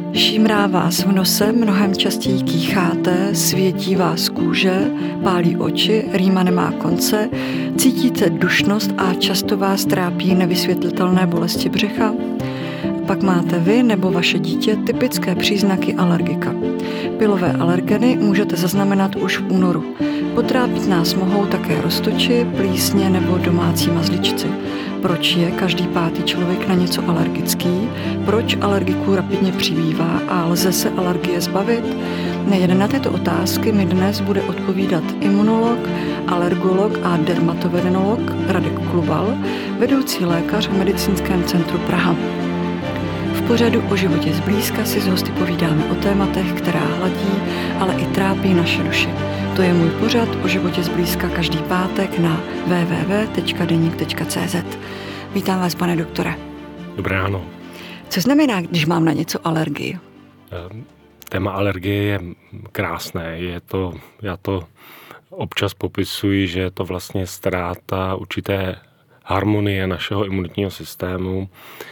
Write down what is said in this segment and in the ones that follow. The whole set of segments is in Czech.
Šímrá vás v nose, mnohem častěji kýcháte, svědí vás kůže, pálí oči, rýma nemá konce, cítíte dušnost a často vás trápí nevysvětlitelné bolesti břicha. Pak máte vy nebo vaše dítě typické příznaky alergika. Pilové alergeny můžete zaznamenat už v únoru. Potrápit nás mohou také roztoči, plísně nebo domácí mazličci. Proč je každý pátý člověk na něco alergický? Proč alergiků rapidně přibývá a lze se alergie zbavit? Na jedné na tyto otázky mi dnes bude odpovídat imunolog, alergolog a dermatovenerolog Radek Klubal, vedoucí lékař v Medicínském centru Praha. V pořadu O životě zblízka si s hosty povídáme o tématech, která hladí, ale i trápí naše duši. To je můj pořad O životě zblízka každý pátek na www.denik.cz. Vítám vás, pane doktore. Dobré ráno. Co znamená, když mám na něco alergii? Téma alergie je krásné. Já to občas popisuji, že je to vlastně ztráta určité harmonie našeho imunitního systému.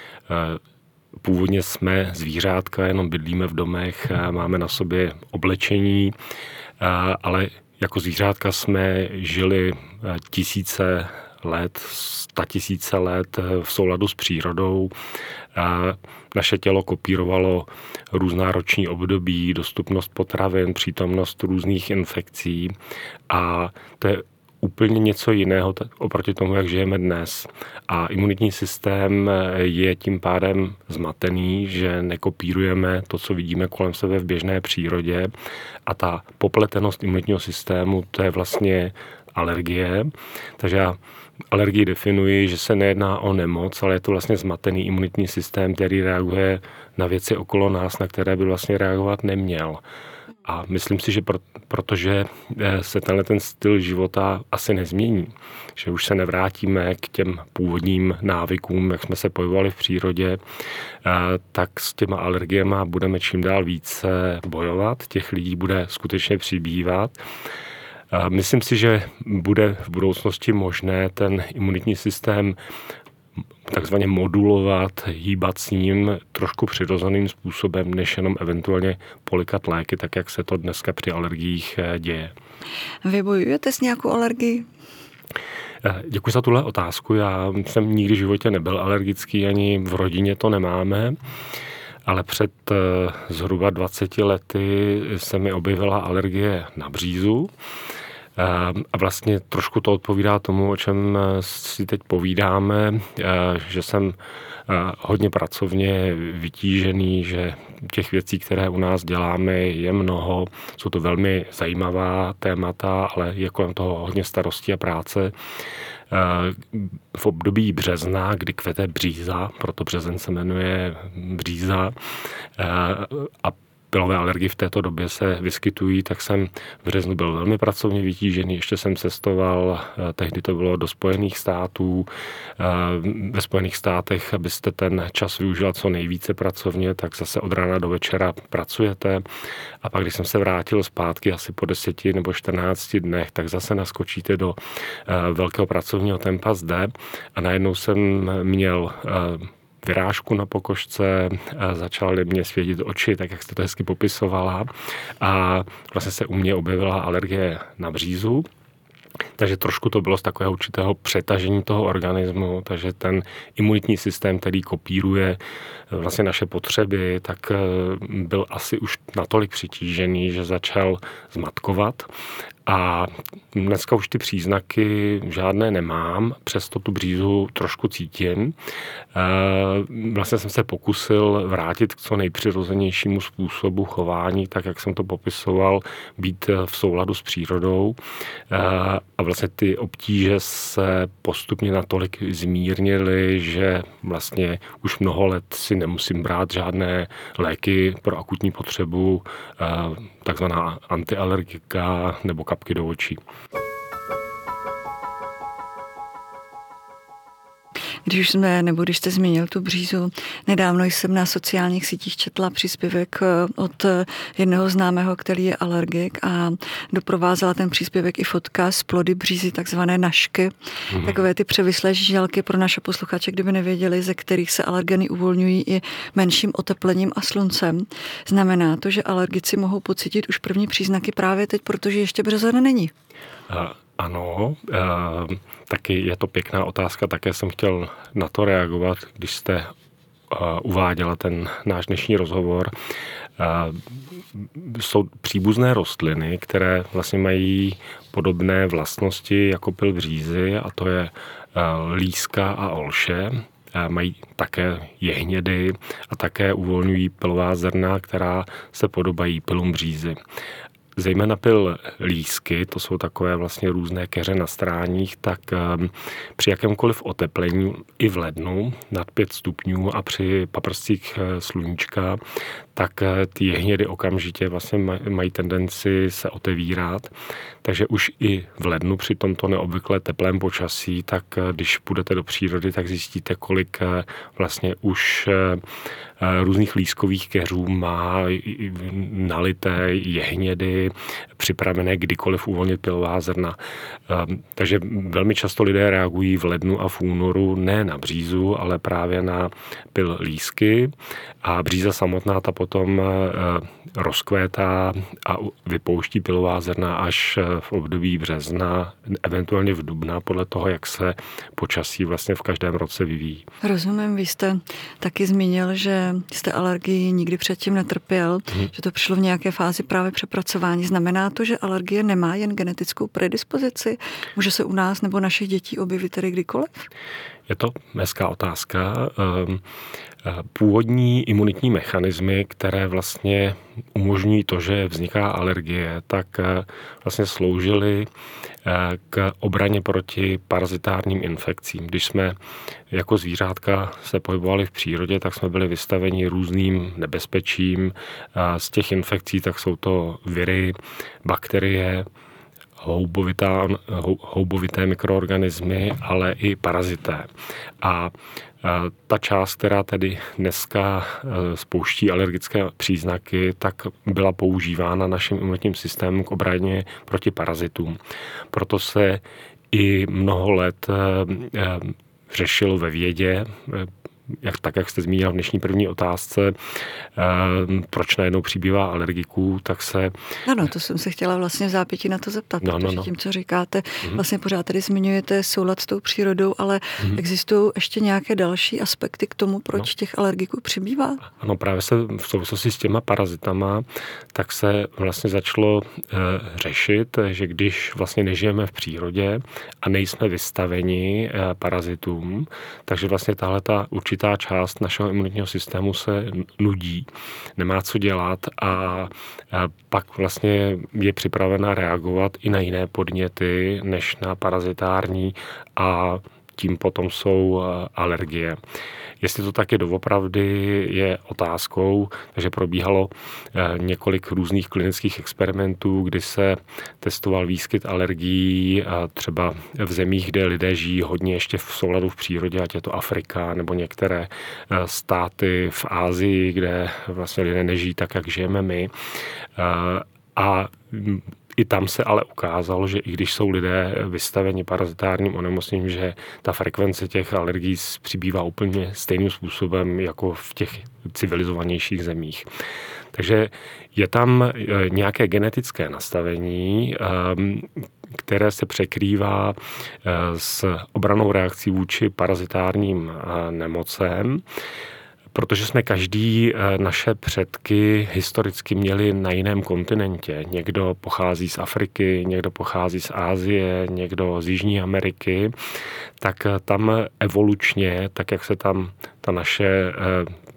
Původně jsme zvířátka, jenom bydlíme v domech, máme na sobě oblečení, ale jako zvířátka jsme žili tisíce let, 100 000 let v souladu s přírodou. Naše tělo kopírovalo různá roční období, dostupnost potravin, přítomnost různých infekcí a to je úplně něco jiného oproti tomu, jak žijeme dnes. A imunitní systém je tím pádem zmatený, že nekopírujeme to, co vidíme kolem sebe v běžné přírodě. A ta popletenost imunitního systému, to je vlastně alergie. Takže já alergii definuji, že se nejedná o nemoc, ale je to vlastně zmatený imunitní systém, který reaguje na věci okolo nás, na které by vlastně reagovat neměl. A myslím si, že protože se ten styl života asi nezmění, že už se nevrátíme k těm původním návykům, jak jsme se pohybovali v přírodě, tak s těma alergiemi budeme čím dál více bojovat. Těch lidí bude skutečně přibývat. Myslím si, že bude v budoucnosti možné ten imunitní systém takzvaně modulovat, hýbat s ním trošku přirozeným způsobem, než jenom eventuálně polikat léky, tak jak se to dneska při alergiích děje. Vy bojujete s nějakou alergií? Děkuji za tuhle otázku. Já jsem nikdy v životě nebyl alergický, ani v rodině to nemáme, ale před zhruba 20 lety se mi objevila alergie na břízu. A vlastně trošku to odpovídá tomu, o čem si teď povídáme, že jsem hodně pracovně vytížený, že těch věcí, které u nás děláme, je mnoho. Jsou to velmi zajímavá témata, ale je kolem toho hodně starostí a práce. V období března, kdy kvete bříza, proto březen se jmenuje bříza, a pilové alergie v této době se vyskytují, tak jsem v březnu byl velmi pracovně vytížený. Ještě jsem cestoval, tehdy to bylo do Spojených států. Ve Spojených státech, abyste ten čas využila co nejvíce pracovně, tak zase od rána do večera pracujete. A pak, když jsem se vrátil zpátky asi po 10 nebo 14 dnech, tak zase naskočíte do velkého pracovního tempa zde. A najednou jsem měl vyrážku na pokožce, začaly mě svědit oči, tak jak jste to hezky popisovala. A vlastně se u mě objevila alergie na břízu. Takže trošku to bylo z takového určitého přetažení toho organismu, takže ten imunitní systém, který kopíruje vlastně naše potřeby, tak byl asi už natolik přitížený, že začal zmatkovat. A dneska už ty příznaky žádné nemám, přesto tu břízu trošku cítím. Vlastně jsem se pokusil vrátit k co nejpřirozenějšímu způsobu chování, tak jak jsem to popisoval, být v souladu s přírodou. A vlastně ty obtíže se postupně natolik zmírnily, že vlastně už mnoho let si nemusím brát žádné léky pro akutní potřebu, takzvaná antialergika nebo kapky do očí. Když jste zmínil tu břízu, nedávno jsem na sociálních sítích četla příspěvek od jednoho známého, který je alergik, a doprovázela ten příspěvek i fotka z plody břízy, takzvané nažky. Takové ty převislé žížalky pro naše posluchače, kdyby nevěděli, ze kterých se alergeny uvolňují i menším oteplením a sluncem. Znamená to, že alergici mohou pocítit už první příznaky právě teď, protože ještě březen není? Ano, taky je to pěkná otázka, také jsem chtěl na to reagovat, když jste uváděla ten náš dnešní rozhovor. Jsou příbuzné rostliny, které vlastně mají podobné vlastnosti jako pyl břízy, a to je líska a olše. Mají také jehnědy a také uvolňují pylová zrna, která se podobají pylům břízy. Zejména pyl lísky, to jsou takové vlastně různé keře na stráních, tak při jakémkoliv oteplení i v lednu nad 5 stupňů a při paprscích sluníčka, tak ty jehnědy okamžitě vlastně mají tendenci se otevírat. Takže už i v lednu při tomto neobvykle teplém počasí, tak když půjdete do přírody, tak zjistíte, kolik vlastně už různých lískových keřů má nalité jehnědy, připravené kdykoliv uvolnit pylová zrna. Takže velmi často lidé reagují v lednu a v únoru ne na břízu, ale právě na pyl lísky, a bříza samotná ta potom rozkvétá a vypouští pylová zrna až v období března, eventuálně v dubna, podle toho, jak se počasí vlastně v každém roce vyvíjí. Rozumím, vy jste taky zmínil, že jste alergii nikdy předtím netrpěl, že to přišlo v nějaké fázi právě přepracování. Znamená to, že alergie nemá jen genetickou predispozici? Může se u nás nebo našich dětí objevit tedy kdykoliv? Je to hezká otázka. Původní imunitní mechanismy, které vlastně umožňují to, že vzniká alergie, tak vlastně sloužily k obraně proti parazitárním infekcím. Když jsme jako zvířátka se pohybovali v přírodě, tak jsme byli vystaveni různým nebezpečím. Z těch infekcí tak jsou to viry, bakterie, houbovité mikroorganismy, ale i parazité. A ta část, která tedy dneska spouští alergické příznaky, tak byla používána naším imunitním systémem k obraně proti parazitům. Proto se i mnoho let řešilo ve vědě, jak jste zmínil v dnešní první otázce, proč najednou přibývá alergiků, tak se... Ano, to jsem se chtěla vlastně v zápětí na to zeptat, protože tím, co říkáte, vlastně pořád tady zmiňujete soulad s tou přírodou, ale existují ještě nějaké další aspekty k tomu, proč těch alergiků přibývá? Ano, právě se v souvislosti s těma parazitama, tak se vlastně začalo řešit, že když vlastně nežijeme v přírodě a nejsme vystaveni parazitům, takže vlastně tahleta určitá část našeho imunitního systému se nudí, nemá co dělat a pak vlastně je připravena reagovat i na jiné podněty než na parazitární, a tím potom jsou alergie. Jestli to taky doopravdy je otázkou, takže probíhalo několik různých klinických experimentů, kdy se testoval výskyt alergií třeba v zemích, kde lidé žijí hodně ještě v souladu v přírodě, ať je to Afrika nebo některé státy v Asii, kde vlastně lidé nežijí tak, jak žijeme my. A i tam se ale ukázalo, že i když jsou lidé vystaveni parazitárním onemocněním, že ta frekvence těch alergií přibývá úplně stejným způsobem jako v těch civilizovanějších zemích. Takže je tam nějaké genetické nastavení, které se překrývá s obrannou reakcí vůči parazitárním nemocem, protože jsme každý naše předky historicky měli na jiném kontinentě. Někdo pochází z Afriky, někdo pochází z Asie, někdo z Jižní Ameriky, tak tam evolučně, tak jak se tam ta naše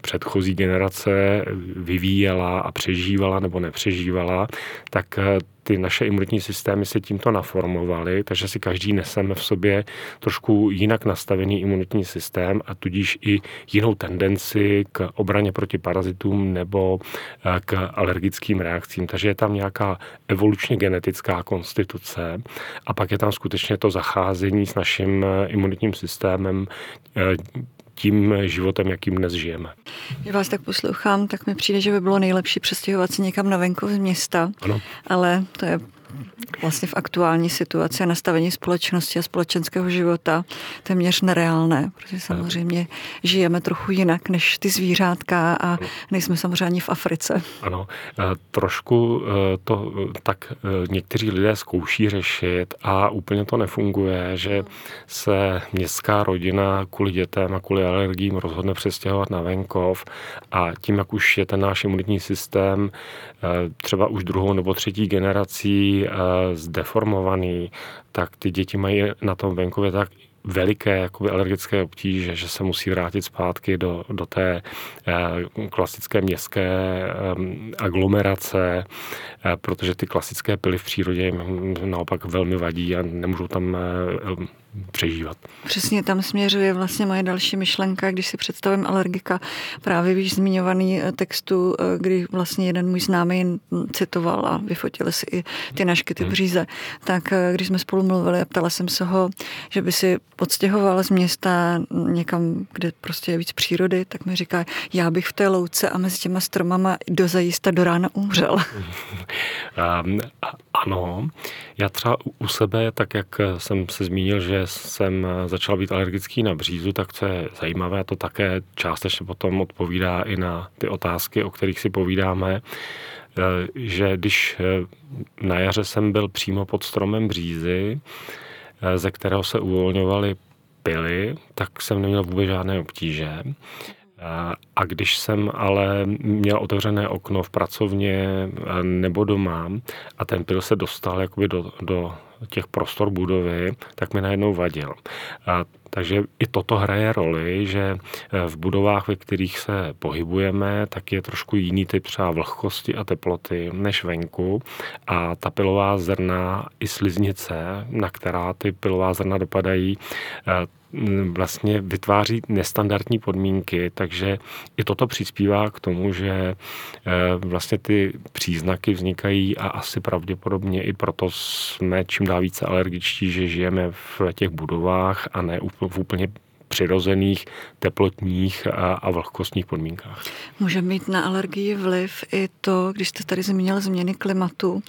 předchozí generace vyvíjela a přežívala nebo nepřežívala, tak ty naše imunitní systémy se tímto naformovaly, takže si každý neseme v sobě trošku jinak nastavený imunitní systém a tudíž i jinou tendenci k obraně proti parazitům nebo k alergickým reakcím. Takže je tam nějaká evolučně genetická konstituce a pak je tam skutečně to zacházení s naším imunitním systémem, tím životem, jakým dnes žijeme. Když vás tak poslouchám, tak mi přijde, že by bylo nejlepší přestěhovat se někam na venkov z města, ano. Ale to je vlastně v aktuální situaci a nastavení společnosti a společenského života téměř nereálné, protože samozřejmě žijeme trochu jinak než ty zvířátka a nejsme samozřejmě ani v Africe. Ano, trošku to tak někteří lidé zkouší řešit a úplně to nefunguje, že se městská rodina kvůli dětem a kvůli alergiím rozhodne přestěhovat na venkov a tím, jak už je ten náš imunitní systém třeba už druhou nebo třetí generací zdeformovaný, tak ty děti mají na tom venkově tak veliké jakoby alergické obtíže, že se musí vrátit zpátky do té klasické městské aglomerace, protože ty klasické pily v přírodě jim naopak velmi vadí a nemůžou tam přežívat. Přesně tam směřuje vlastně moje další myšlenka, když si představím alergika, právě víš zmiňovaný textu, kdy vlastně jeden můj známý citoval a vyfotili si i ty naškyty bříze. Tak když jsme spolu mluvili a ptala jsem se ho, že by si odstěhoval z města někam, kde prostě je víc přírody, tak mi říká, já bych v té louce a mezi těma stromama dozajista do rána umřel. Ano, já třeba u sebe, tak jak jsem se zmínil, že jsem začal být alergický na břízu, tak co je zajímavé, a to také částečně potom odpovídá i na ty otázky, o kterých si povídáme, že když na jaře jsem byl přímo pod stromem břízy, ze kterého se uvolňovaly pily, tak jsem neměl vůbec žádné obtíže. A když jsem ale měl otevřené okno v pracovně nebo doma a ten pyl se dostal jakoby do těch prostor budovy, tak mi najednou vadil. Takže i toto hraje roli, že v budovách, ve kterých se pohybujeme, tak je trošku jiný typ třeba vlhkosti a teploty než venku a ta pylová zrna i sliznice, na která ty pylová zrna dopadají, vlastně vytváří nestandardní podmínky, takže i toto přispívá k tomu, že vlastně ty příznaky vznikají a asi pravděpodobně i proto jsme čím dál více alergičtí, že žijeme v těch budovách a ne v úplně přirozených teplotních a vlhkostních podmínkách. Může mít na alergii vliv i to, když jste tady zmínil změny klimatu,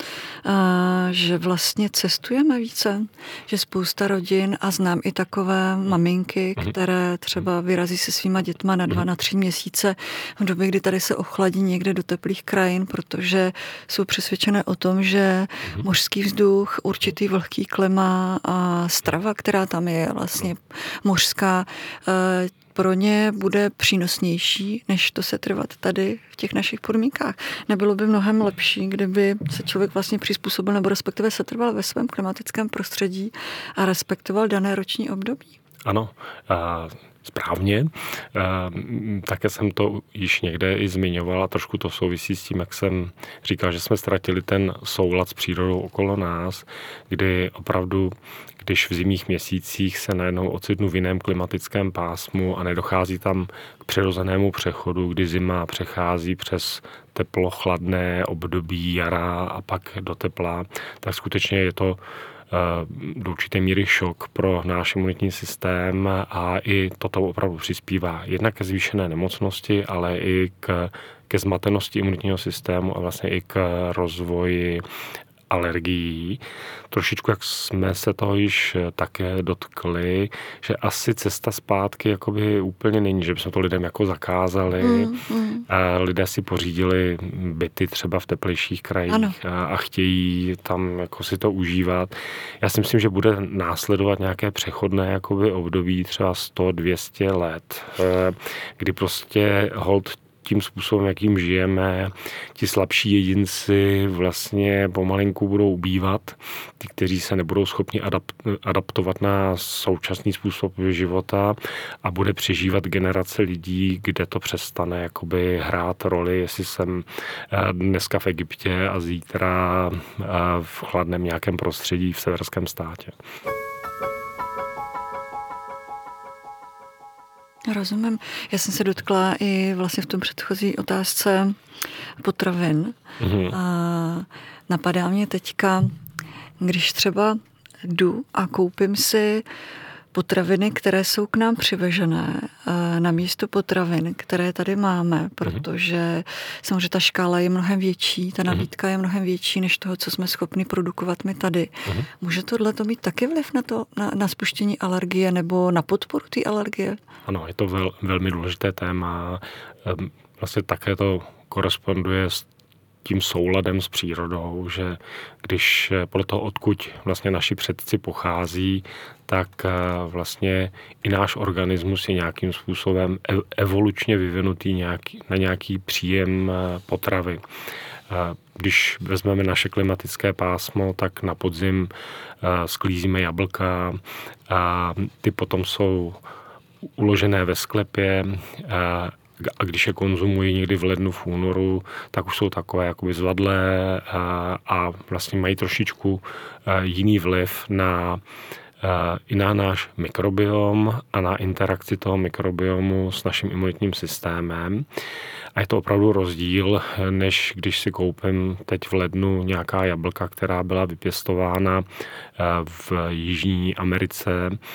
že vlastně cestujeme více, že spousta rodin a znám i takové maminky, které třeba vyrazí se svýma dětma na 2, na 3 měsíce v době, kdy tady se ochladí někde do teplých krajin, protože jsou přesvědčené o tom, že mořský vzduch, určitý vlhký klima a strava, která tam je vlastně mořská, pro ně bude přínosnější, než to se trvat tady v těch našich podmínkách. Nebylo by mnohem lepší, kdyby se člověk vlastně přizpůsobil nebo respektive setrval ve svém klimatickém prostředí a respektoval dané roční období? Ano, správně. Také jsem to již někde i zmiňoval a trošku to souvisí s tím, jak jsem říkal, že jsme ztratili ten soulad s přírodou okolo nás, kdy opravdu, když v zimních měsících se najednou ocitnu v jiném klimatickém pásmu a nedochází tam k přirozenému přechodu, kdy zima přechází přes teplo-chladné období jara a pak do tepla, tak skutečně je to do určité míry šok pro náš imunitní systém a i toto opravdu přispívá jednak ke zvýšené nemocnosti, ale i ke zmatenosti imunitního systému a vlastně i k rozvoji alergií. Trošičku, jak jsme se toho již také dotkli, že asi cesta zpátky jakoby úplně není, že bychom to lidem jako zakázali. Lidé si pořídili byty třeba v teplejších krajích a chtějí tam jako si to užívat. Já si myslím, že bude následovat nějaké přechodné jakoby období třeba 100-200 let, kdy prostě hold tím způsobem, jakým žijeme, ti slabší jedinci vlastně pomalinku budou ubývat, ti, kteří se nebudou schopni adaptovat na současný způsob života a bude přežívat generace lidí, kde to přestane jakoby hrát roli, jestli jsem dneska v Egyptě a zítra v chladném nějakém prostředí v severském státě. Rozumím. Já jsem se dotkla i vlastně v tom předchozí otázce potravin. A napadá mě teďka, když třeba jdu a koupím si potraviny, které jsou k nám přivežené na místo potravin, které tady máme, protože samozřejmě ta škála je mnohem větší, ta nabídka je mnohem větší než toho, co jsme schopni produkovat my tady. Může tohleto mít taky vliv na to, na spuštění alergie nebo na podporu té alergie? Ano, je to velmi důležité téma. Vlastně také to koresponduje s tím souladem s přírodou, že když podle toho, odkud vlastně naši předci pochází, tak vlastně i náš organismus je nějakým způsobem evolučně vyvinutý na nějaký příjem potravy. Když vezmeme naše klimatické pásmo, tak na podzim sklízíme jablka, a ty potom jsou uložené ve sklepě, a když je konzumují někdy v lednu, v únoru, tak už jsou takové jakoby zvadlé a vlastně mají trošičku jiný vliv i na náš mikrobiom a na interakci toho mikrobiomu s naším imunitním systémem. A je to opravdu rozdíl, než když si koupím teď v lednu nějaká jablka, která byla vypěstována v Jižní Americe,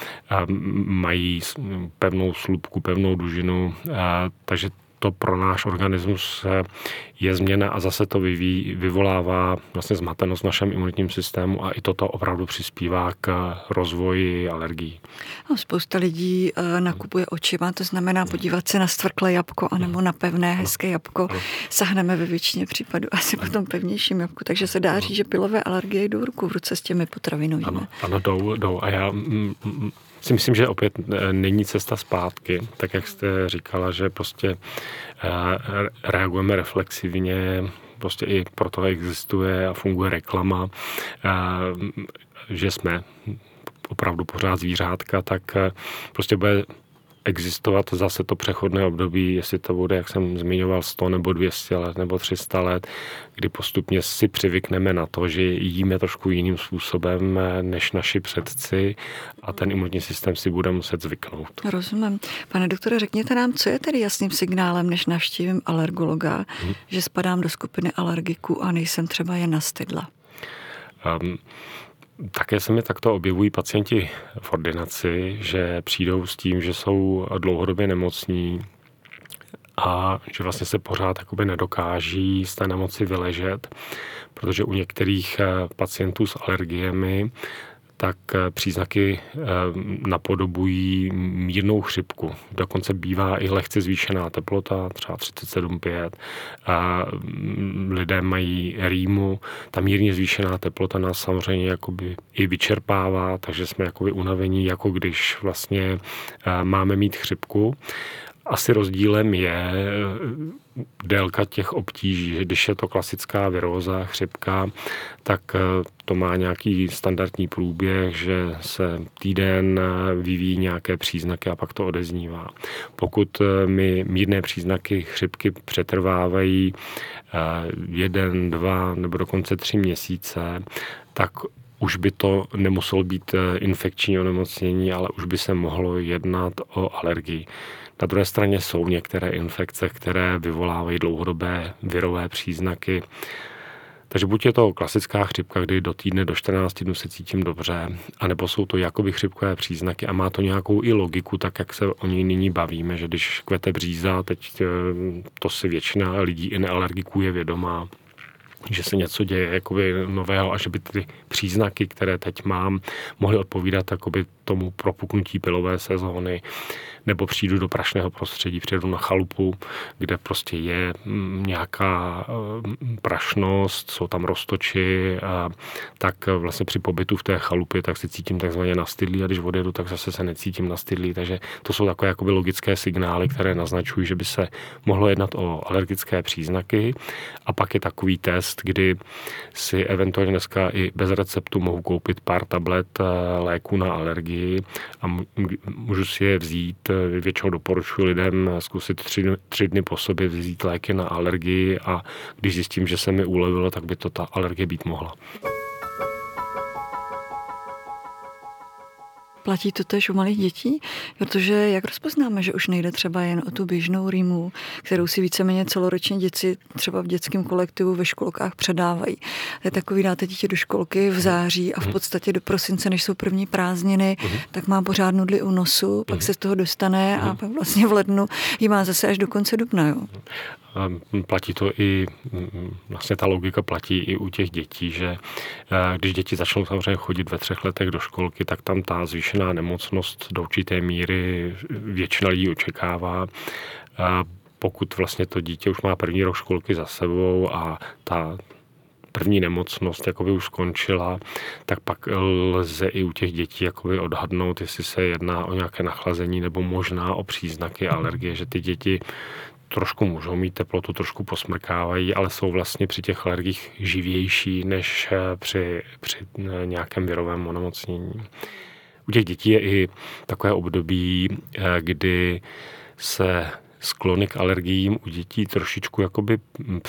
mají pevnou slupku, pevnou dužinu, takže to pro náš organismus je změna a zase to vyvolává vlastně zmatenost v našem imunitním systému a i toto opravdu přispívá k rozvoji alergií. No, spousta lidí nakupuje očima, to znamená podívat se na stvrklé jabko anebo na pevné, hezké jabko. Sahneme ve většině případů asi po tom pevnějším jabku, takže se dá říct, že pilové alergie jdou ruku v ruce s těmi potravinovými. Ano, jdou. A já si myslím, že opět není cesta zpátky, tak jak jste říkala, že prostě reagujeme reflexivně, prostě i proto existuje a funguje reklama, že jsme opravdu pořád zvířátka, tak prostě bude existovat zase to přechodné období, jestli to bude, jak jsem zmiňoval, 100 nebo 200 let nebo 300 let, kdy postupně si přivykneme na to, že jíme trošku jiným způsobem než naši předci a ten imunitní systém si bude muset zvyknout. Rozumím. Pane doktore, řekněte nám, co je tedy jasným signálem, než navštívím alergologa, že spadám do skupiny alergiků a nejsem třeba jen nastydla? Také se mi takto objevují pacienti v ordinaci, že přijdou s tím, že jsou dlouhodobě nemocní a že vlastně se pořád jakoby nedokáží z té nemoci vyležet, protože u některých pacientů s alergiemi tak příznaky napodobují mírnou chřipku. Dokonce bývá i lehce zvýšená teplota, třeba 37,5. Lidé mají rýmu. Ta mírně zvýšená teplota nás samozřejmě jakoby i vyčerpává, takže jsme jakoby unavení, jako když vlastně máme mít chřipku. Asi rozdílem je délka těch obtíží, že když je to klasická viróza, chřipka, tak to má nějaký standardní průběh, že se týden vyvíjí nějaké příznaky a pak to odeznívá. Pokud mi mírné příznaky chřipky přetrvávají 1, 2 nebo dokonce 3 měsíce, tak už by to nemuselo být infekční onemocnění, ale už by se mohlo jednat o alergii. Na druhé straně jsou některé infekce, které vyvolávají dlouhodobé virové příznaky. Takže buď je to klasická chřipka, kdy do týdne, do 14 dnů se cítím dobře, anebo jsou to jakoby chřipkové příznaky a má to nějakou i logiku, tak jak se o ní nyní bavíme, že když kvete bříza, teď to si většina lidí i nealergiků je vědomá, že se něco děje jakoby nového a že by ty příznaky, které teď mám, mohly odpovídat jakoby tomu propuknutí pilové sezóny. nebo přijdu do prašného prostředí, přijedu na chalupu, kde prostě je nějaká prašnost, jsou tam roztoči, tak vlastně při pobytu v té chalupě tak se cítím takzvaně nastydlý a když odjedu, tak zase se necítím nastydlý. Takže to jsou takové jakoby logické signály, které naznačují, že by se mohlo jednat o alergické příznaky. A pak je takový test, kdy si eventuálně dneska i bez receptu mohu koupit pár tablet léků na alergii a můžu si je vzít. Většinou doporučuji lidem zkusit 3 dny po sobě vzít léky na alergii a když zjistím, že se mi ulevilo, tak by to ta alergie být mohla. Platí to též u malých dětí? Protože jak rozpoznáme, že už nejde třeba jen o tu běžnou rýmu, kterou si víceméně celoročně děti třeba v dětském kolektivu ve školkách předávají. To je takový, dáte dítě do školky v září a v podstatě do prosince, než jsou první prázdniny, tak má pořád nudli u nosu, pak se z toho dostane a pak vlastně v lednu ji má zase až do konce dubna. Jo? Platí to i, vlastně ta logika platí i u těch dětí, že když děti začnou samozřejmě chodit ve 3 letech do školky, tak tam ta zvýšená nemocnost do určité míry většina lidí očekává. Pokud vlastně to dítě už má první rok školky za sebou a ta první nemocnost jakoby už skončila, tak pak lze i u těch dětí jakoby odhadnout, jestli se jedná o nějaké nachlazení nebo možná o příznaky alergie, že ty děti trošku můžou mít teplotu, trošku posmrkávají, ale jsou vlastně při těch alergiích živější než při nějakém virovém onemocnění. U těch dětí je i takové období, kdy se sklony k alergiím u dětí trošičku jakoby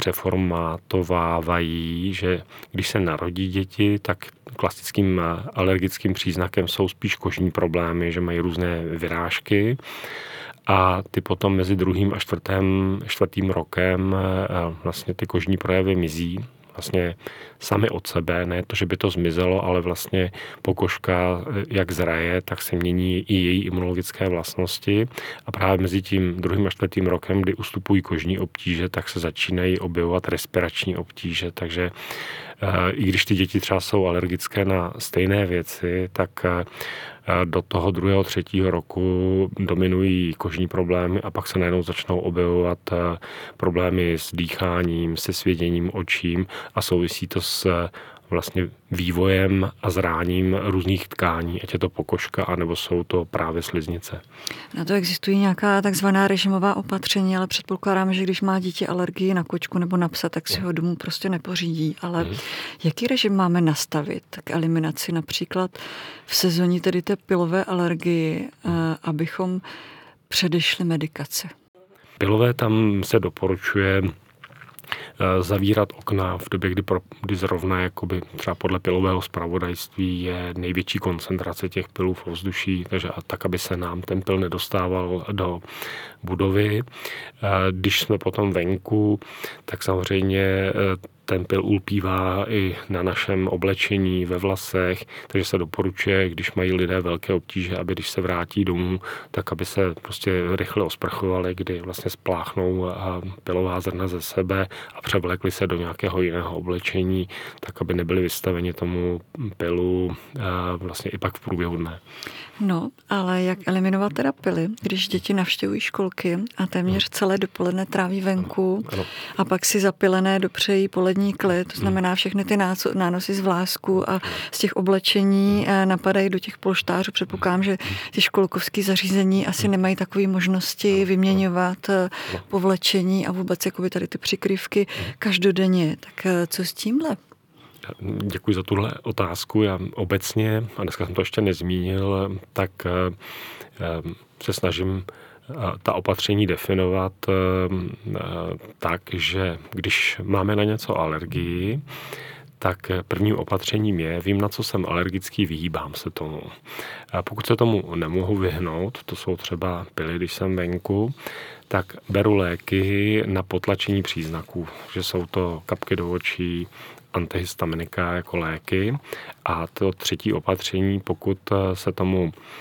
přeformátovávají, že když se narodí děti, tak klasickým alergickým příznakem jsou spíš kožní problémy, že mají různé vyrážky. A ty potom mezi 2. a 4. rokem vlastně ty kožní projevy mizí. Vlastně sami od sebe, ne to, že by to zmizelo, ale vlastně pokožka, jak zraje, tak se mění i její imunologické vlastnosti a právě mezi tím 2. a 4. rokem, kdy ustupují kožní obtíže, tak se začínají objevovat respirační obtíže, takže i když ty děti třeba jsou alergické na stejné věci, tak do toho 2. 3. roku dominují kožní problémy a pak se najednou začnou objevovat problémy s dýcháním, se svěděním očím a souvisí to s vlastně vývojem a zráním různých tkání, ať je to pokožka, anebo jsou to právě sliznice. Na to existují nějaká takzvaná režimová opatření, ale předpokládám, že když má dítě alergii na kočku nebo na psa, tak si ho domů prostě nepořídí. Ale jaký režim máme nastavit k eliminaci například v sezóně tedy té pilové alergii, abychom předešli medikace? Pilové tam se doporučuje zavírat okna v době, kdy zrovna jakoby třeba podle pilového zpravodajství je největší koncentrace těch pilů v ovzduší, takže tak, aby se nám ten pil nedostával do budovy. Když jsme potom venku, tak samozřejmě ten pil ulpívá i na našem oblečení, ve vlasech, takže se doporučuje, když mají lidé velké obtíže, aby když se vrátí domů, tak aby se prostě rychle osprchovali, kdy vlastně spláchnou pilová zrna ze sebe a převlekli se do nějakého jiného oblečení, tak aby nebyli vystaveni tomu pilu vlastně i pak v průběhu dne. No, ale jak eliminovat teda pily, když děti navštěvují školky a téměř celé dopoledne tráví venku a pak si zapilené dopřejí polední klid, to znamená všechny ty nánosy z vlásku a z těch oblečení napadají do těch polštářů. Předpokládám, že ty školkovské zařízení asi nemají takové možnosti vyměňovat povlečení a vůbec jakoby tady ty přikryvky každodenně. Tak co s tímhle? Děkuji za tuhle otázku. Já obecně, a dneska jsem to ještě nezmínil, tak se snažím ta opatření definovat tak, že když máme na něco alergii, tak prvním opatřením je, vím, na co jsem alergický, vyhýbám se tomu. A pokud se tomu nemohu vyhnout, to jsou třeba pily, když jsem venku, tak beru léky na potlačení příznaků, že jsou to kapky do očí, antihistaminika jako léky. A to 3. opatření, pokud se tomu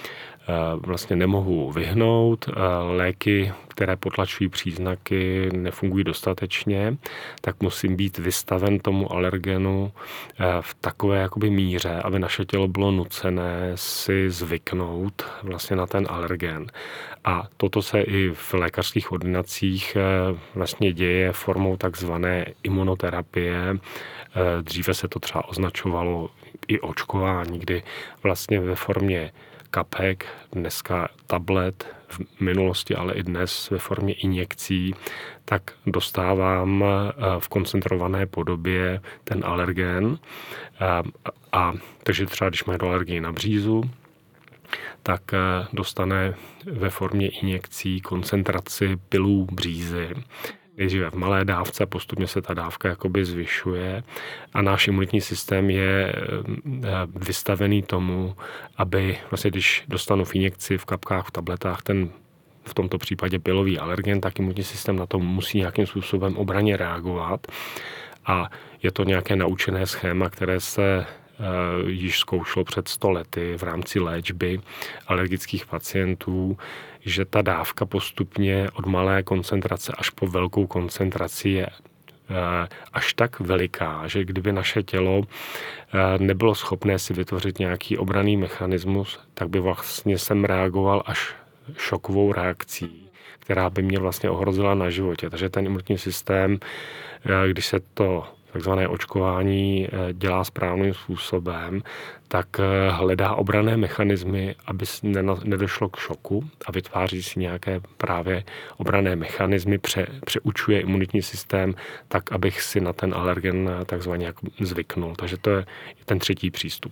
vlastně nemohu vyhnout, léky, které potlačují příznaky, nefungují dostatečně, tak musím být vystaven tomu alergenu v takové jakoby míře, aby naše tělo bylo nucené si zvyknout vlastně na ten alergen. A toto se i v lékařských ordinacích vlastně děje formou takzvané imunoterapie. Dříve se to třeba označovalo i očkování, kdy vlastně ve formě kapek, dneska tablet, v minulosti, ale i dnes ve formě injekcí, tak dostávám v koncentrované podobě ten alergen. Takže třeba když má alergii na břízu, tak dostane ve formě injekcí koncentraci pilů břízy. Nejdříve v malé dávce, postupně se ta dávka jakoby zvyšuje a náš imunitní systém je vystavený tomu, aby vlastně když dostanu v injekci, v kapkách, v tabletách v tomto případě pilový alergen, tak imunitní systém na to musí nějakým způsobem obranně reagovat a je to nějaké naučené schéma, které se již zkoušelo před 100 lety v rámci léčby alergických pacientů, že ta dávka postupně od malé koncentrace až po velkou koncentraci je až tak veliká, že kdyby naše tělo nebylo schopné si vytvořit nějaký obranný mechanismus, tak by vlastně jsem reagoval až šokovou reakcí, která by mě vlastně ohrozila na životě. Takže ten imunitní systém, když se to takzvané očkování dělá správným způsobem, tak hledá obranné mechanismy, aby nedošlo k šoku a vytváří si nějaké právě obranné mechanismy, přeučuje imunitní systém tak, abych si na ten alergen takzvaně jako zvyknul. Takže to je ten třetí přístup.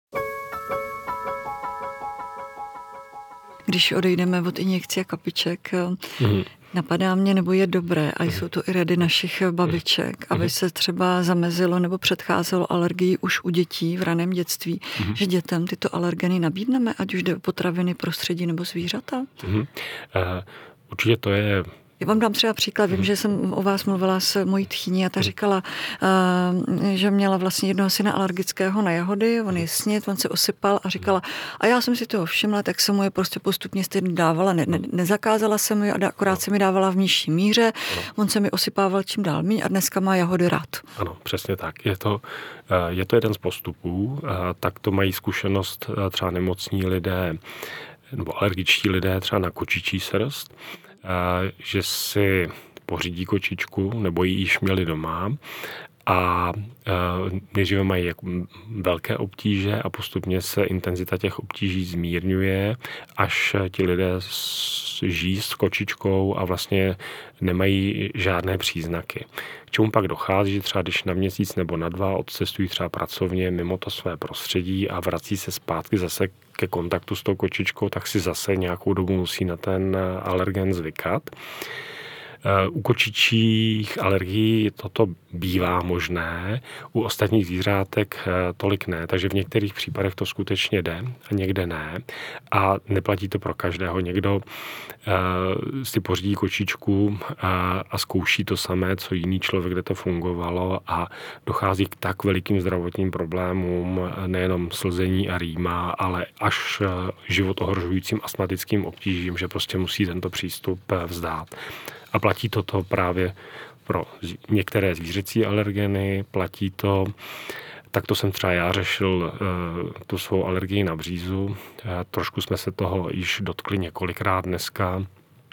Když odejdeme od injekcí a kapiček, napadá mě, nebo je dobré, a jsou to i rady našich babiček, aby se třeba zamezilo nebo předcházelo alergii už u dětí v raném dětství, že dětem tyto alergeny nabídneme, ať už jde o potraviny, prostředí nebo zvířata? Určitě to je... Já vám dám třeba příklad. Vím, že jsem o vás mluvila s mojí tchýní a ta říkala, že měla vlastně jednoho syna alergického na jahody, on je sněd, on se osypal a říkala, a já jsem si toho všimla, tak jsem mu je prostě postupně stejně dávala, nezakázala jsem je, akorát se mi dávala v nižší míře, on se mi osypával čím dál míň a dneska má jahody rád. Ano, přesně tak. Je to jeden z postupů, tak to mají zkušenost třeba nemocní lidé nebo alergičtí lidé třeba na kočičí srst, že si pořídí kočičku, nebo ji již měli doma a nejdříve mají velké obtíže a postupně se intenzita těch obtíží zmírňuje, až ti lidé žijí s kočičkou a vlastně nemají žádné příznaky. K čemu pak dochází, že třeba když na měsíc nebo na 2 odcestují třeba pracovně mimo to své prostředí a vrací se zpátky zase ke kontaktu s tou kočičkou, tak si zase nějakou dobu musí na ten alergen zvykat. U kočičích alergií toto bývá možné, u ostatních zvířátek tolik ne, takže v některých případech to skutečně jde a někde ne a neplatí to pro každého. Někdo si pořídí kočičku a zkouší to samé, co jiný člověk, kde to fungovalo a dochází k tak velikým zdravotním problémům, nejenom slzení a rýma, ale až život ohrožujícím astmatickým obtížím, že prostě musí tento přístup vzdát. A platí toto právě pro některé zvířecí alergeny, platí to, takto jsem třeba já řešil tu svou alergii na břízu. Trošku jsme se toho již dotkli několikrát dneska,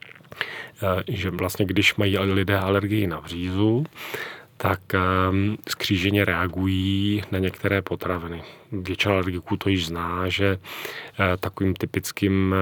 že vlastně když mají lidé alergii na břízu, tak zkříženě reagují na některé potraviny. Většina alergiků to již zná, že takovým typickým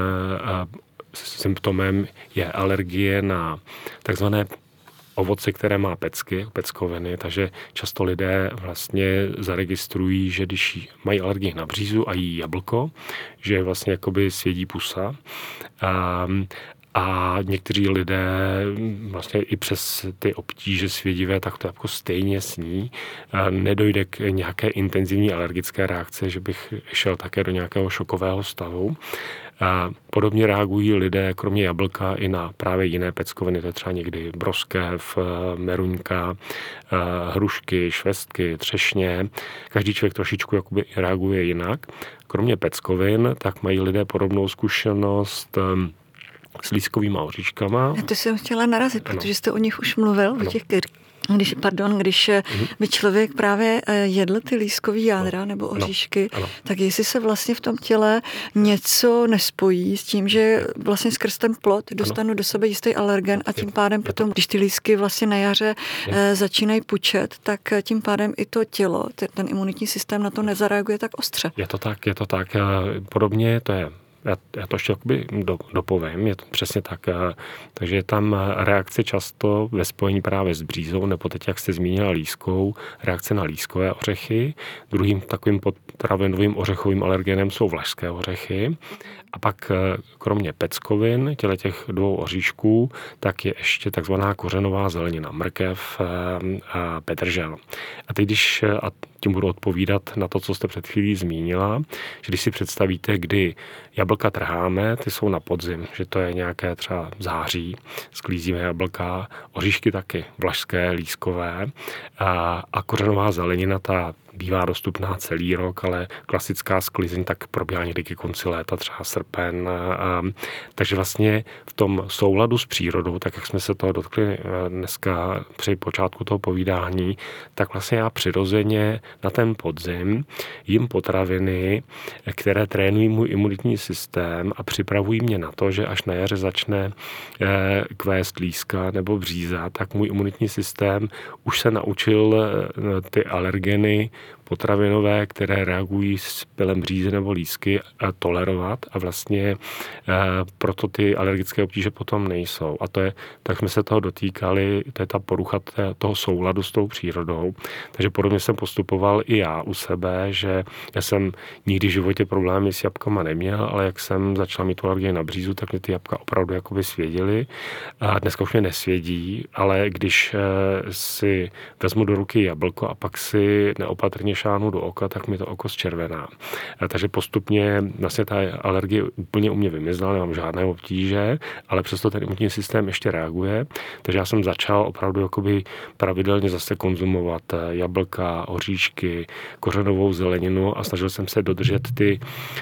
symptomem je alergie na takzvané ovoce, které má pecky, peckoviny, takže často lidé vlastně zaregistrují, že když mají alergii na břízu a jí jablko, že vlastně jakoby svědí pusa. a někteří lidé vlastně i přes ty obtíže svědivé, tak to jako stejně sní. Nedojde k nějaké intenzivní alergické reakce, že bych šel také do nějakého šokového stavu. Podobně reagují lidé, kromě jablka, i na právě jiné peckoviny, to je třeba někdy broskev, meruňka, hrušky, švestky, třešně. Každý člověk trošičku jakoby reaguje jinak. Kromě peckovin, tak mají lidé podobnou zkušenost s lískovýma oříškama. To jsem chtěla narazit, protože jste o nich už mluvil, o těch Když by člověk právě jedl ty lískový jádra nebo oříšky, tak jestli se vlastně v tom těle něco nespojí s tím, že vlastně skrz ten plod dostanu do sebe jistý alergen a tím pádem potom, když ty lísky vlastně na jaře začínají pučet, tak tím pádem i to tělo, ten imunitní systém na to nezareaguje tak ostře. Je to tak. Podobně to je. Já to ještě dopovím, je to přesně tak. Takže je tam reakce často ve spojení právě s břízou, nebo teď, jak jste zmínila, lískou, reakce na lískové ořechy. Druhým takovým potravinovým ořechovým alergenem jsou vlašské ořechy. A pak kromě peckovin, těch dvou oříšků, tak je ještě takzvaná kořenová zelenina, mrkev a petržel. A teď, a tím budu odpovídat na to, co jste před chvílí zmínila, že když si představíte, kdy jablka trháme, ty jsou na podzim, že to je nějaké třeba září, sklízíme jablka, oříšky taky, vlašské, lískové a kořenová zelenina, ta bývá dostupná celý rok, ale klasická sklizeň tak probíhá někdy ke konci léta, třeba srpen. Takže vlastně v tom souladu s přírodou, tak jak jsme se toho dotkli dneska při počátku toho povídání, tak vlastně já přirozeně na ten podzim jím potraviny, které trénují můj imunitní systém a připravují mě na to, že až na jaře začne kvést líska nebo bříza, tak můj imunitní systém už se naučil ty alergeny potravinové, které reagují s pylem břízy nebo lísky, tolerovat a vlastně proto ty alergické obtíže potom nejsou. A to je, tak jsme se toho dotýkali, to je ta porucha toho souladu s tou přírodou. Takže podobně jsem postupoval i já u sebe, že já jsem nikdy v životě problémy s jabkama neměl, ale jak jsem začal mít tu alergii na břízu, tak mi ty jabka opravdu jakoby svědily. A dneska už mě nesvědí, ale když si vezmu do ruky jablko a pak si neopatrně šáhnu do oka, tak mi to oko zčervená. Takže postupně vlastně ta alergie úplně u mě vymizela, nemám žádné obtíže, ale přesto ten imunitní systém ještě reaguje. Takže já jsem začal opravdu jakoby pravidelně zase konzumovat jablka, oříšky, kořenovou zeleninu a snažil jsem se dodržet ty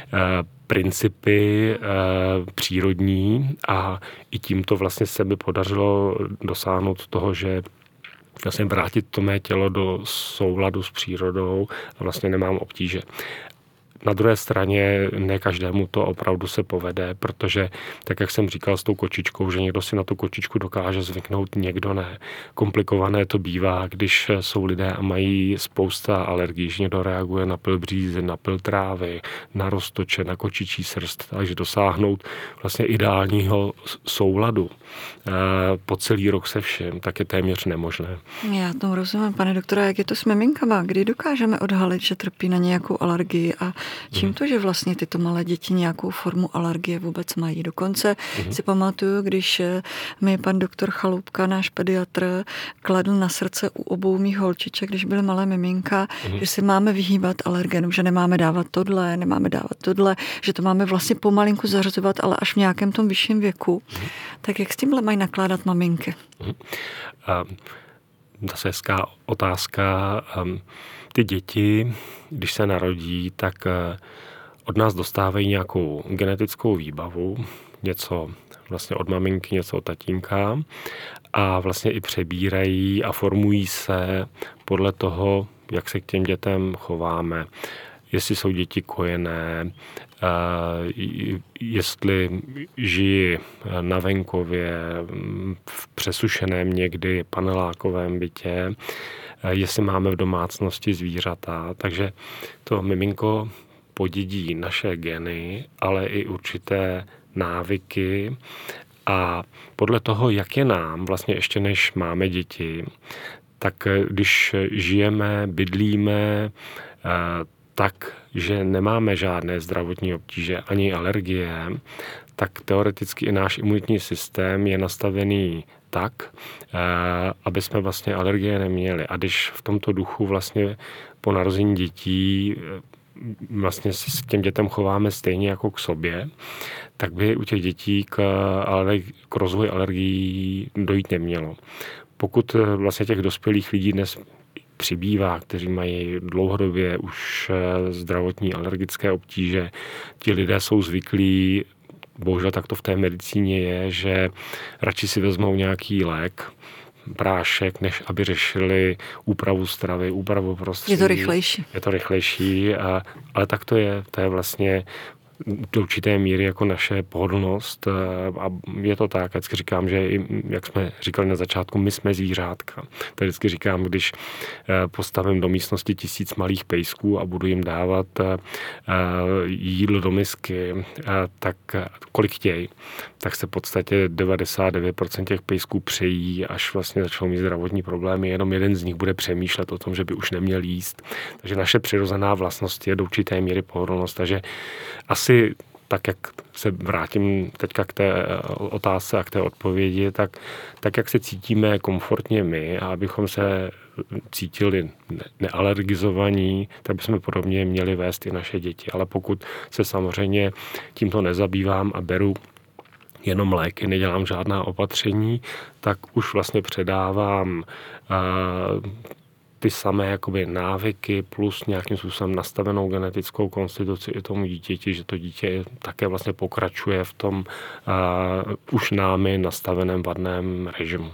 principy přírodní a i tímto vlastně se mi podařilo dosáhnout toho, že vlastně vrátit to mé tělo do souladu s přírodou a vlastně nemám obtíže. Na druhé straně ne každému to opravdu se povede, protože, tak jak jsem říkal s tou kočičkou, že někdo si na tu kočičku dokáže zvyknout, někdo ne. Komplikované to bývá, když jsou lidé a mají spousta alergií, že někdo reaguje na pyl břízy, na pyl trávy, na roztoče, na kočičí srst, takže dosáhnout vlastně ideálního souladu po celý rok se všem, tak je téměř nemožné. Já tomu rozumím, pane doktore, jak je to s miminkama? Kdy dokážeme odhalit, že trpí na nějakou alergii a čím to, že vlastně tyto malé děti nějakou formu alergie vůbec mají? Dokonce si pamatuju, když mi pan doktor Chaloupka, náš pediatr, kladl na srdce u obou mých holčiček, když byly malé miminka, že si máme vyhýbat alergenům, že nemáme dávat tohle, že to máme vlastně pomalinku zařazovat, ale až v nějakém tom vyšším věku. Tak jak s tímhle mají nakládat maminky? Zase hezká otázka. Ty děti, když se narodí, tak od nás dostávají nějakou genetickou výbavu, něco vlastně od maminky, něco od tatínka a vlastně i přebírají a formují se podle toho, jak se k těm dětem chováme. Jestli jsou děti kojené, jestli žijí na venkově, v přesušeném někdy panelákovém bytě, jestli máme v domácnosti zvířata. Takže to miminko podědí naše geny, ale i určité návyky a podle toho, jak je nám, vlastně ještě než máme děti, tak když žijeme, bydlíme tak, že nemáme žádné zdravotní obtíže ani alergie, tak teoreticky i náš imunitní systém je nastavený tak, aby jsme vlastně alergie neměli. A když v tomto duchu vlastně po narození dětí vlastně s těm dětem chováme stejně jako k sobě, tak by u těch dětí k rozvoji alergií dojít nemělo. Pokud vlastně těch dospělých lidí dnes přibývá, kteří mají dlouhodobě už zdravotní alergické obtíže, ti lidé jsou zvyklí, bohužel tak to v té medicíně je, že radši si vezmou nějaký lék, prášek, než aby řešili úpravu stravy, úpravu prostředí. Je to rychlejší. Je to rychlejší, ale tak to je. To je vlastně do určité míry jako naše pohodlnost a je to tak, vždycky říkám, že jak jsme říkali na začátku, my jsme zvířátka. To vždycky říkám, když postavím do místnosti 1000 malých pejsků a budu jim dávat jídlo do misky, tak kolik chtějí, tak se v podstatě 99% těch pejsků přejí, až vlastně začnou mít zdravotní problémy, jenom jeden z nich bude přemýšlet o tom, že by už neměl jíst. Takže naše přirozená vlastnost je do určité míry pohodlnost, takže asi tak, jak se vrátím teďka k té otázce a k té odpovědi, tak jak se cítíme komfortně my a abychom se cítili nealergizovaní, tak bychom podobně měli vést i naše děti. Ale pokud se samozřejmě tímto nezabývám a beru jenom léky, nedělám žádná opatření, tak už vlastně předávám ty samé jakoby návyky plus nějakým způsobem nastavenou genetickou konstituci i tomu dítěti, že to dítě také vlastně pokračuje v tom už námi nastaveném vadném režimu.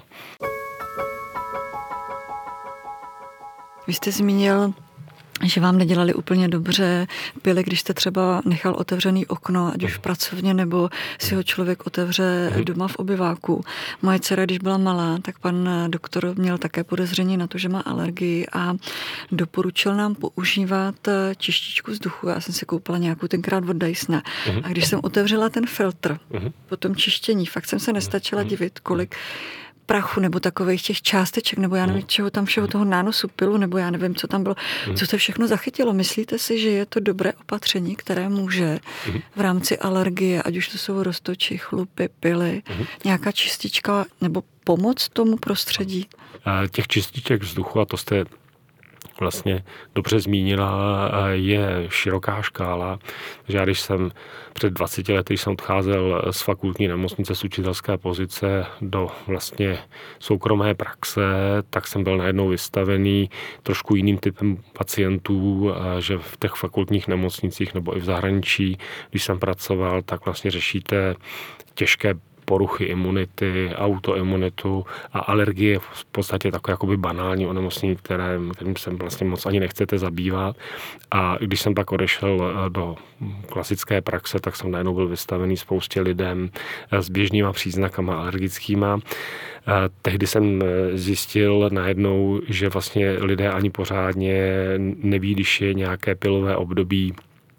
Vy jste zmínil, že vám nedělali úplně dobře pily, když jste třeba nechal otevřený okno, ať už v pracovně, nebo si ho člověk otevře doma v obyváku. Moje dcera, když byla malá, tak pan doktor měl také podezření na to, že má alergii a doporučil nám používat čističku vzduchu. Já jsem si koupila nějakou tenkrát od Dysona. A když jsem otevřela ten filtr po tom čištění, fakt jsem se nestačila divit, kolik prachu nebo takových těch částeček, nebo já nevím, čeho tam všeho toho nánosu pilu, nebo já nevím, co tam bylo, co to všechno zachytilo. Myslíte si, že je to dobré opatření, které může v rámci alergie, ať už to jsou roztoči, chlupy, pily, nějaká čistička nebo pomoc tomu prostředí? Těch čističek vzduchu, a to jste vlastně dobře zmínila, je široká škála. Takže já, když jsem před 20 lety, když jsem odcházel z fakultní nemocnice z učitelské pozice do vlastně soukromé praxe, tak jsem byl najednou vystavený trošku jiným typem pacientů, že v těch fakultních nemocnicích nebo i v zahraničí, když jsem pracoval, tak vlastně řešíte těžké poruchy imunity, autoimunitu a alergie v podstatě takové jakoby banální onemocnění, kterým se vlastně moc ani nechcete zabývat. A když jsem pak odešel do klasické praxe, tak jsem najednou byl vystavený spoustě lidem s běžnýma příznakama alergickýma. Tehdy jsem zjistil najednou, že vlastně lidé ani pořádně neví, když je nějaké pilové období,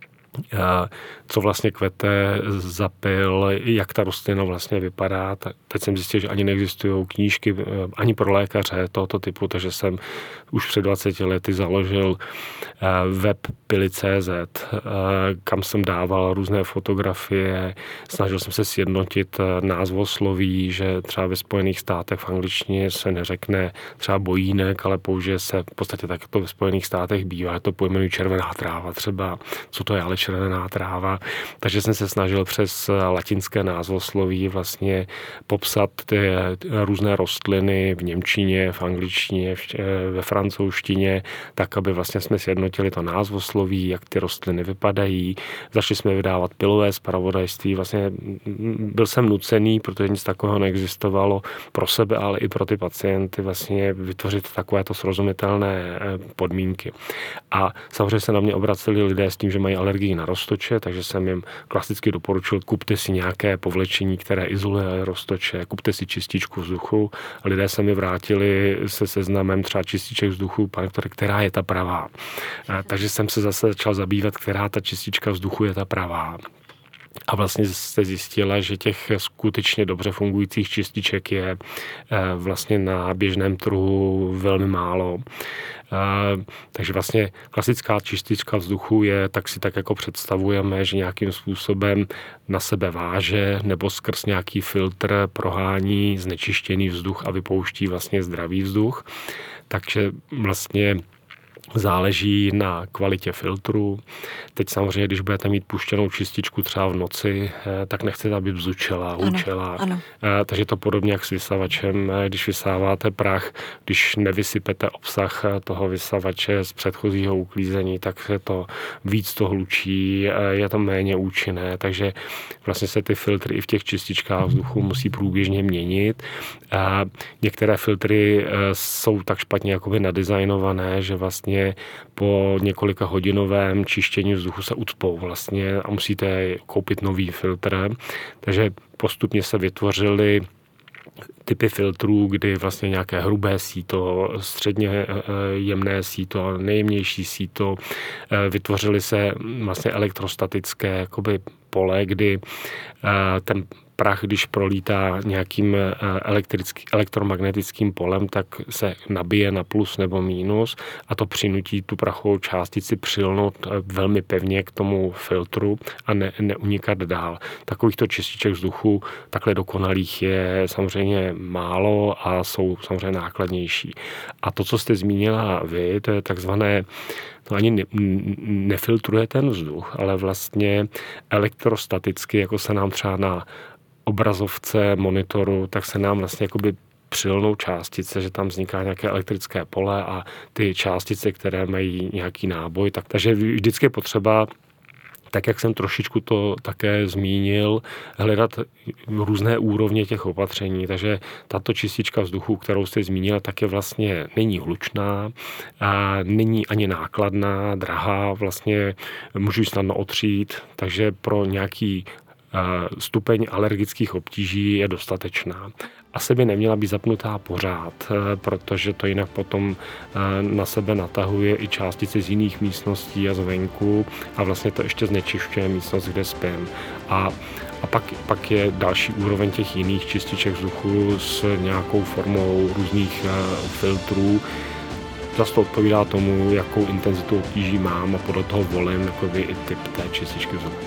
co vlastně kvete za pil, jak ta rostlina vlastně vypadá. Teď jsem zjistil, že ani neexistují knížky ani pro lékaře tohoto typu, takže jsem už před 20 lety založil web pily.cz, kam jsem dával různé fotografie, snažil jsem se sjednotit názvosloví, že třeba ve Spojených státech v angličtině se neřekne třeba bojínek, ale použije se v podstatě tak, jak to ve Spojených státech bývá, to pojmenují červená tráva třeba, co to je ale červená tráva. Takže jsem se snažil přes latinské názvosloví vlastně popsat ty různé rostliny v němčině, v angličtině, ve francouzštině, tak, aby vlastně jsme sjednotili to názvosloví, jak ty rostliny vypadají. Začali jsme vydávat pilové zpravodajství. Vlastně byl jsem nucený, protože nic takového neexistovalo pro sebe, ale i pro ty pacienty vlastně vytvořit takovéto srozumitelné podmínky. A samozřejmě se na mě obraceli lidé s tím, že mají alergii na roztoče, takže jsem jim klasicky doporučil, kupte si nějaké povlečení, které izoluje roztoče, kupte si čističku vzduchu. A lidé se mi vrátili se seznamem třeba čističek vzduchu, pane doktore, která je ta pravá. Takže jsem se zase začal zabývat, která ta čistička vzduchu je ta pravá. A vlastně jste zjistila, že těch skutečně dobře fungujících čističek je vlastně na běžném trhu velmi málo. Takže vlastně klasická čistička vzduchu je, tak si tak jako představujeme, že nějakým způsobem na sebe váže nebo skrz nějaký filtr prohání znečištěný vzduch a vypouští vlastně zdravý vzduch. Takže vlastně záleží na kvalitě filtru. Teď samozřejmě, když budete mít puštěnou čističku třeba v noci, tak nechcete, aby bzučela, hučela. Ano. Takže to podobně jak s vysavačem. Když vysáváte prach, když nevysypete obsah toho vysavače z předchozího uklízení, tak se to víc to hlučí, je to méně účinné. Takže vlastně se ty filtry i v těch čističkách vzduchu musí průběžně měnit. Některé filtry jsou tak špatně jakoby nadizajnované, že vlastně po několika hodinovém čištění vzduchu se ucpou vlastně a musíte koupit nový filtr. Takže postupně se vytvořily typy filtrů, kdy vlastně nějaké hrubé síto, středně jemné síto, nejjemnější síto, vytvořily se vlastně elektrostatické jakoby pole, kdy ten prach, když prolítá nějakým elektromagnetickým polem, tak se nabije na plus nebo mínus a to přinutí tu prachovou částici přilnout velmi pevně k tomu filtru a neunikat dál. Takovýchto čističek vzduchu takhle dokonalých je samozřejmě málo a jsou samozřejmě nákladnější. A to, co jste zmínila vy, to je takzvané, to ani nefiltruje ten vzduch, ale vlastně elektrostaticky, jako se nám třeba na obrazovce monitoru, tak se nám vlastně jakoby přilnou částice, že tam vzniká nějaké elektrické pole a ty částice, které mají nějaký náboj, takže vždycky je potřeba, tak jak jsem trošičku to také zmínil, hledat různé úrovně těch opatření. Takže tato čistička vzduchu, kterou jste zmínil, tak je vlastně není hlučná, a není ani nákladná, drahá, vlastně můžu ji snadno otřít, takže pro nějaký stupeň alergických obtíží je dostatečná. Asi by neměla být zapnutá pořád, protože to jinak potom na sebe natahuje i částice z jiných místností a zvenku a vlastně to ještě znečišťuje místnost, kde spím. A pak je další úroveň těch jiných čističek vzduchu s nějakou formou různých filtrů. Zase to odpovídá tomu, jakou intenzitu obtíží mám a podle toho volím i typ té čističky vzduchu.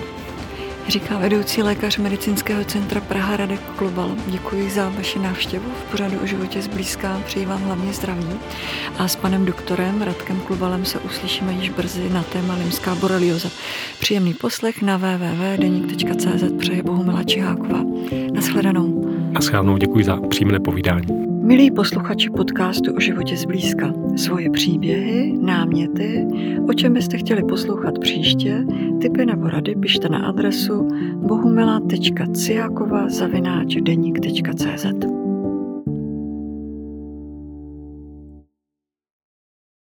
Říká vedoucí lékař Medicínského centra Praha Radek Klubal. Děkuji za vaši návštěvu v pořadu O životě zblízka. Přeji vám hlavně zdraví. A s panem doktorem Radkem Klubalem se uslyšíme již brzy na téma limská borelioza. Příjemný poslech na www.denik.cz přeje Bohumila Čiháková. Nashledanou. Nashledanou, děkuji za příjemné povídání. Milí posluchači podcastu O životě zblízka, svoje příběhy, náměty, o čem byste chtěli poslouchat příště, tipy nebo rady pište na adresu bohumila.ciakova@denik.cz.